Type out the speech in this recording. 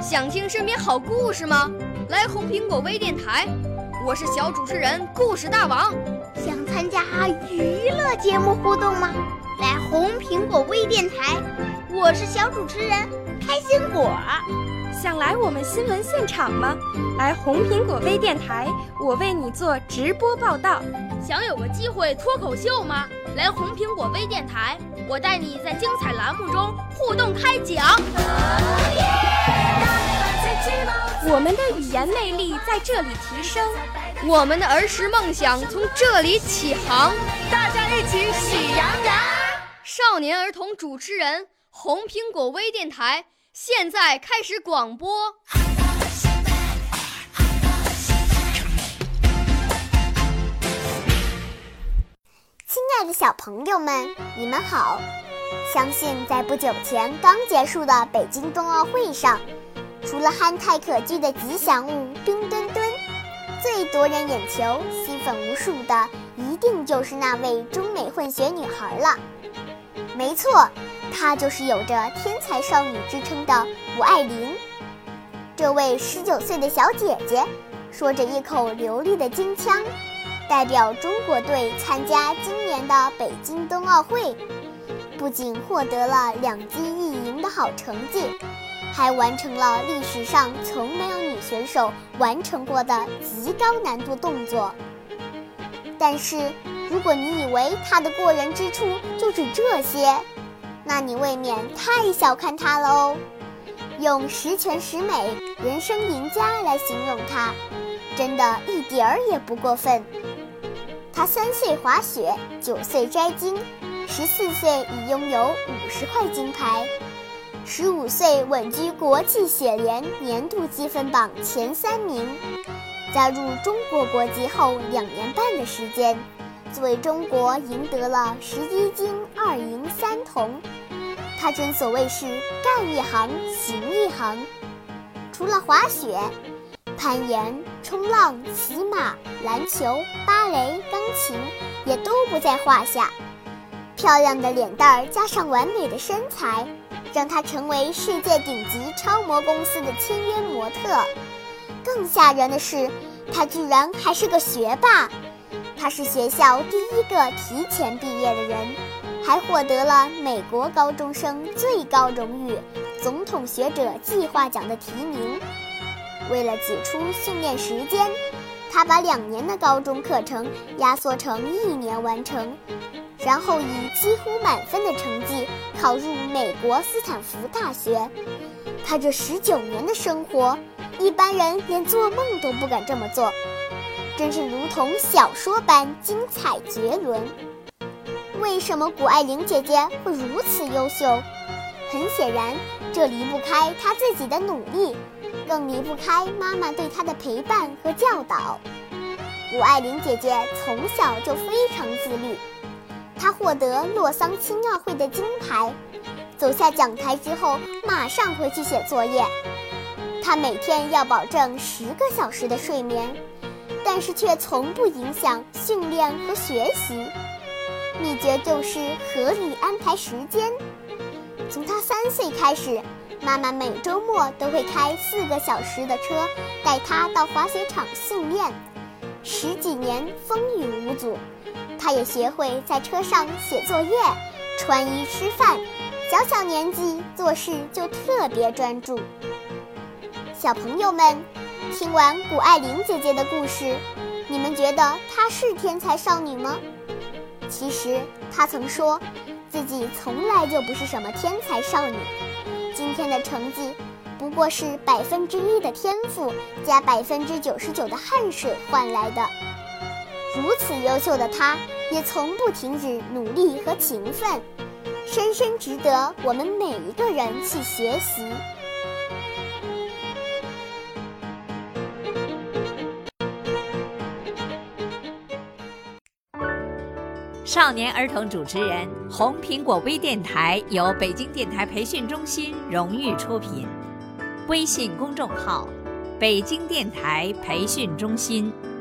想听身边好故事吗？来红苹果微电台，我是小主持人故事大王。 想参加娱乐节目互动吗？来红苹果微电台，我是小主持人开心果。 想来我们新闻现场吗？来红苹果微电台，我为你做直播报道。 想有个机会脱口秀吗？来红苹果微电台，我带你在精彩栏目中互动开讲。 我们的语言魅力在这里提升， 我们的儿时梦想从这里起航。 大家一起喜羊羊。 少年儿童主持人，红苹果微电台现在开始广播。 亲爱的小朋友们，你们好！相信在不久前刚结束的北京冬奥会上，除了憨态可掬的吉祥物冰墩墩，最夺人眼球、吸粉无数的，一定就是那位中美混血女孩了。没错，她就是有着天才少女之称的谷爱凌。这位19岁的小姐姐，说着一口流利的京腔，代表中国队参加今年的北京冬奥会，不仅获得了2金1银的好成绩，还完成了历史上从没有女选手完成过的极高难度动作。但是如果你以为她的过人之处就只这些，那你未免太小看她了哦。用十全十美、人生赢家来形容她，真的一点儿也不过分。她3岁滑雪，9岁摘金，14岁已拥有50块金牌，15岁稳居国际雪联年度积分榜前3名。加入中国国籍后2年半的时间，为中国赢得了11金2银3铜。她真所谓是干一行行一行，除了滑雪，攀岩、冲浪、骑马、篮球、芭蕾、钢琴也都不在话下。漂亮的脸蛋儿加上完美的身材，让她成为世界顶级超模公司的签约模特。更吓人的是，她居然还是个学霸。她是学校第一个提前毕业的人，还获得了美国高中生最高荣誉总统学者计划奖的提名。为了挤出训练时间，她把2年的高中课程压缩成1年完成，然后以几乎满分的成绩考入美国斯坦福大学。她这19年的生活，一般人连做梦都不敢这么做，真是如同小说般精彩绝伦。为什么谷爱凌姐姐会如此优秀？很显然，这离不开她自己的努力，更离不开妈妈对她的陪伴和教导。谷爱凌姐姐从小就非常自律，她获得洛桑青奥会的金牌，走下讲台之后马上回去写作业。她每天要保证10个小时的睡眠，但是却从不影响训练和学习。秘诀就是合理安排时间。从她3岁开始，妈妈每周末都会开4个小时的车带她到滑雪场训练，10几年风雨无阻。她也学会在车上写作业、穿衣吃饭，小年纪做事就特别专注。小朋友们，听完谷爱凌姐姐的故事，你们觉得她是天才少女吗？其实她曾说自己从来就不是什么天才少女，今天的成绩不过是1%的天赋加99%的汗水换来的。如此优秀的她，也从不停止努力和勤奋，深深值得我们每一个人去学习。 少年儿童主持人，红苹果微电台由北京电台培训中心荣誉出品，微信公众号：北京电台培训中心。